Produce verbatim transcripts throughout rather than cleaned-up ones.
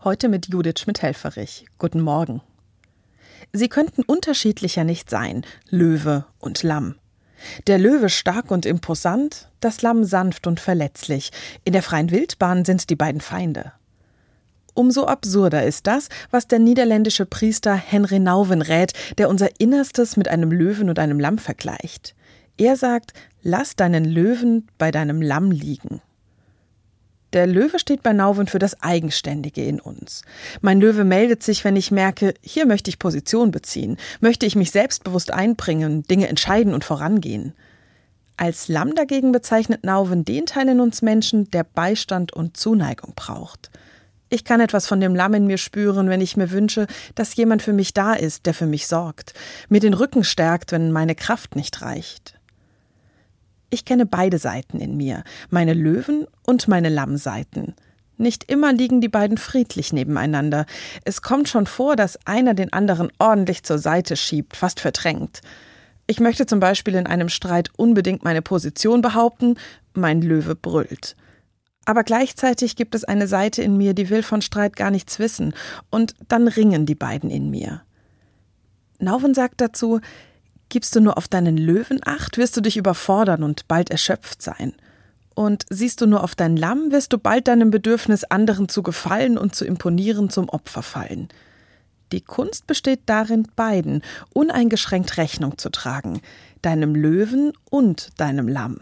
Heute mit Judith Schmidt-Helfferich. Guten Morgen. Sie könnten unterschiedlicher nicht sein, Löwe und Lamm. Der Löwe stark und imposant, das Lamm sanft und verletzlich. In der freien Wildbahn sind die beiden Feinde. Umso absurder ist das, was der niederländische Priester Henri Nouwen rät, der unser Innerstes mit einem Löwen und einem Lamm vergleicht. Er sagt, lass deinen Löwen bei deinem Lamm liegen. Der Löwe steht bei Nouwen für das Eigenständige in uns. Mein Löwe meldet sich, wenn ich merke, hier möchte ich Position beziehen, möchte ich mich selbstbewusst einbringen, Dinge entscheiden und vorangehen. Als Lamm dagegen bezeichnet Nouwen den Teil in uns Menschen, der Beistand und Zuneigung braucht. Ich kann etwas von dem Lamm in mir spüren, wenn ich mir wünsche, dass jemand für mich da ist, der für mich sorgt, mir den Rücken stärkt, wenn meine Kraft nicht reicht. Ich kenne beide Seiten in mir, meine Löwen- und meine Lammseiten. Nicht immer liegen die beiden friedlich nebeneinander. Es kommt schon vor, dass einer den anderen ordentlich zur Seite schiebt, fast verdrängt. Ich möchte zum Beispiel in einem Streit unbedingt meine Position behaupten, mein Löwe brüllt. Aber gleichzeitig gibt es eine Seite in mir, die will von Streit gar nichts wissen, und dann ringen die beiden in mir. Nouwen sagt dazu: Gibst du nur auf deinen Löwen Acht, wirst du dich überfordern und bald erschöpft sein. Und siehst du nur auf dein Lamm, wirst du bald deinem Bedürfnis, anderen zu gefallen und zu imponieren, zum Opfer fallen. Die Kunst besteht darin, beiden uneingeschränkt Rechnung zu tragen, deinem Löwen und deinem Lamm.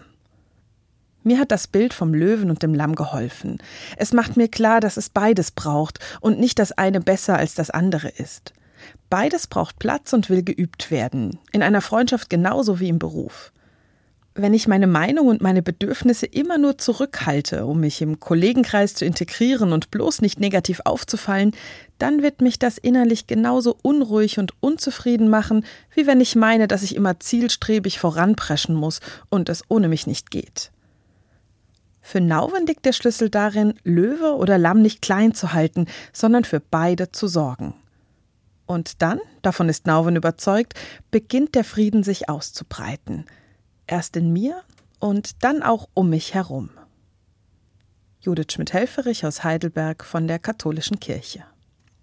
Mir hat das Bild vom Löwen und dem Lamm geholfen. Es macht mir klar, dass es beides braucht und nicht das eine besser als das andere ist. Beides braucht Platz und will geübt werden, in einer Freundschaft genauso wie im Beruf. Wenn ich meine Meinung und meine Bedürfnisse immer nur zurückhalte, um mich im Kollegenkreis zu integrieren und bloß nicht negativ aufzufallen, dann wird mich das innerlich genauso unruhig und unzufrieden machen, wie wenn ich meine, dass ich immer zielstrebig voranpreschen muss und es ohne mich nicht geht. Für Nouwen liegt der Schlüssel darin, Löwe oder Lamm nicht klein zu halten, sondern für beide zu sorgen. Und dann, davon ist Nouwen überzeugt, beginnt der Frieden sich auszubreiten. Erst in mir und dann auch um mich herum. Judith Schmidt-Helfferich aus Heidelberg von der Katholischen Kirche.